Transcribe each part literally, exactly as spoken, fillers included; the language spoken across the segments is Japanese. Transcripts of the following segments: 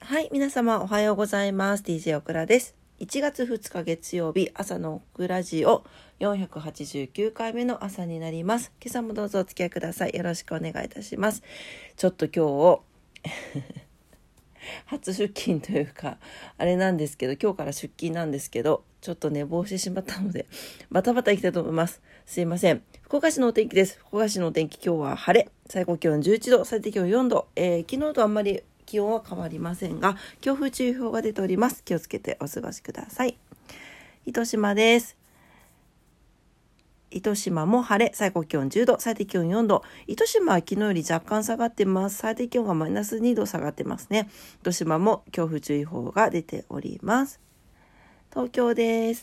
はい、皆様おはようございます。ディージェー オクラです。いちがつふつか月曜日、朝のオクラジオよんひゃくはちじゅうきゅうかいめの朝になります。今朝もどうぞお付き合いください。よろしくお願いいたします。ちょっと今日初出勤というかあれなんですけど、今日から出勤なんですけど、ちょっと寝坊してしまったのでバタバタいきたいと思います。すいません。福岡市のお天気です。福岡市のお天気、今日は晴れ、最高気温じゅういちど、最低気温よんど、えー、昨日とあんまり気温は変わりませんが、強風注意報が出ております。気をつけてお過ごしください。糸島です。糸島も晴れ、最高気温じゅうど、最低気温よんど。糸島は昨日より若干下がってます。最低気温がマイナスにど下がってますね。糸島も強風注意報が出ております。東京です。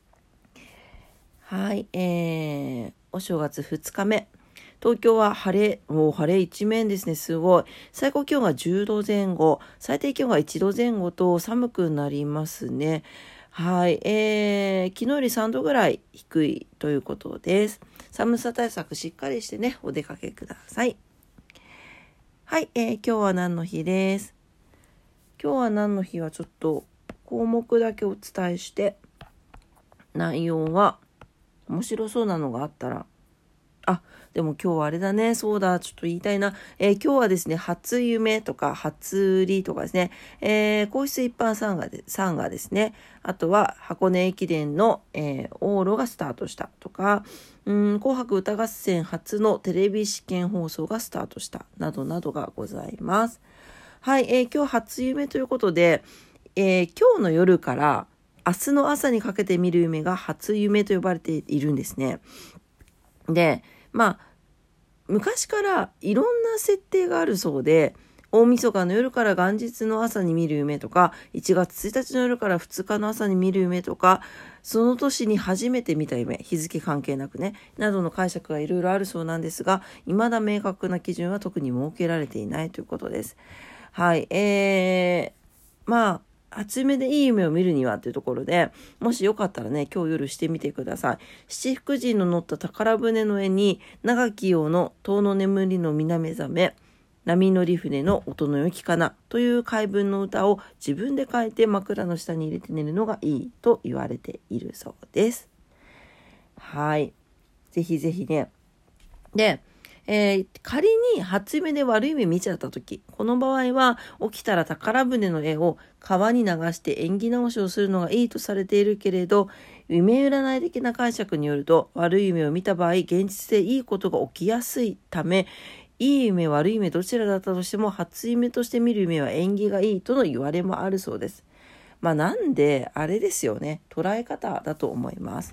はい、えー、お正月ふつかめ。東京は晴れ、もう晴れ一面ですね。すごい。最高気温がじゅうどぜん後、最低気温がいちどぜん後と寒くなりますね。はい、えー、昨日よりさんどぐらい低いということです。寒さ対策しっかりしてね、お出かけください。はい、えー、今日は何の日です。今日は何の日はちょっと項目だけお伝えして、内容は面白そうなのがあったら、あ、でも今日はあれだね。そうだ。ちょっと言いたいな。えー、今日はですね、初夢とか初売りとかですね、えー、皇室一般参賀で、参賀ですね。あとは箱根駅伝の、えー、往路がスタートしたとか、うん、紅白歌合戦初のテレビ試験放送がスタートしたなどなどがございます。はい、えー、今日初夢ということで、えー、今日の夜から明日の朝にかけて見る夢が初夢と呼ばれているんですね。で、まあ、昔からいろんな設定があるそうで、大晦日の夜から元日の朝に見る夢とか、いちがつついたちの夜からふつかの朝に見る夢とか、その年に初めて見た夢、日付関係なくね、などの解釈がいろいろあるそうなんですが、未だ明確な基準は特に設けられていないということです。はい、えー、まあ、初夢でいい夢を見るにはというところで、もしよかったらね、今日夜してみてください。七福神の乗った宝船の絵に、長きようの遠の眠りの南覚め、波乗り船の音のよきかなという回文の歌を自分で書いて枕の下に入れて寝るのがいいと言われているそうです。はい。ぜひぜひね。で、えー、仮に初夢で悪い夢見ちゃったとき、この場合は起きたら宝船の絵を川に流して縁起直しをするのがいいとされているけれど、夢占い的な解釈によると、悪い夢を見た場合、現実でいいことが起きやすいため、いい夢悪い夢どちらだったとしても、初夢として見る夢は縁起がいいとの言われもあるそうです。まあなんであれですよね、捉え方だと思います。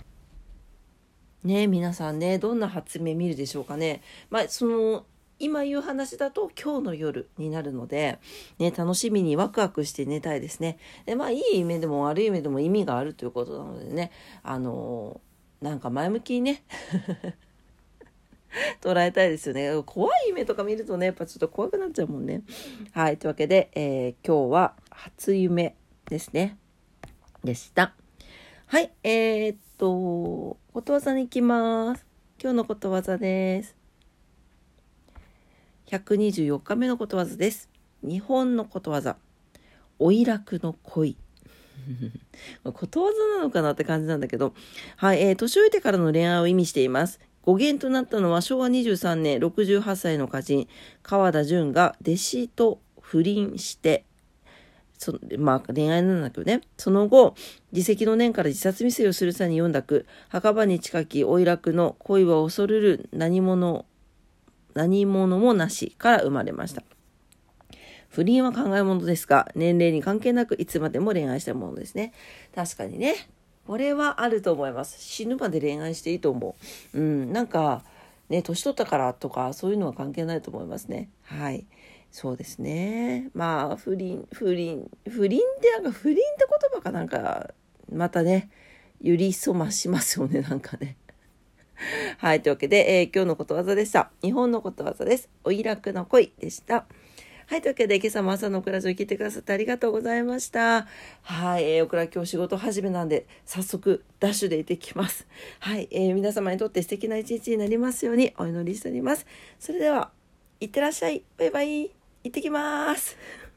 ね、皆さんね、どんな初夢見るでしょうかね。まあ、その、今言う話だと今日の夜になるので、ね、楽しみにワクワクして寝たいですね。で、まあ、いい夢でも悪い夢でも意味があるということなのでね、あのー、なんか前向きにね、捉えたいですよね。怖い夢とか見るとね、やっぱちょっと怖くなっちゃうもんね。はい、というわけで、えー、今日は初夢ですね。でした。はい、えー、っと、ことわざに行きます。今日のことわざです。ひゃくにじゅうよっかめのことわざです。日本のことわざ。おいらくの恋。ことわざなのかなって感じなんだけど、はい、えー、年老いてからの恋愛を意味しています。語源となったのはしょうわにじゅうさんねん、ろくじゅうはっさいの歌人、川田純が弟子と不倫して、そまあ恋愛なんだけどね。その後、自責の念から自殺未遂をする際に読んだ句、墓場に近きおいらくの恋は恐るる何者、何者もなしから生まれました。不倫は考え物ですが、年齢に関係なくいつまでも恋愛したものですね。確かにね。これはあると思います。死ぬまで恋愛していいと思う。うん、なんか、ね、年取ったからとか、そういうのは関係ないと思いますね。はい。そうですね。まあ、不倫、不倫、不倫ってなんか不倫って言葉がなんか、またね、ゆりそましますよね、なんかね。はい、というわけで、えー、今日のことわざでした。日本のことわざです。おいらくの恋でした。はい、というわけで、今朝も朝のオクラジオ聞いてくださってありがとうございました。はい、えー、オクラ今日仕事始めなんで、早速ダッシュで行ってきます。はい、えー、皆様にとって素敵な一日になりますようにお祈りしております。それでは、いってらっしゃい。バイバイ。行ってきます。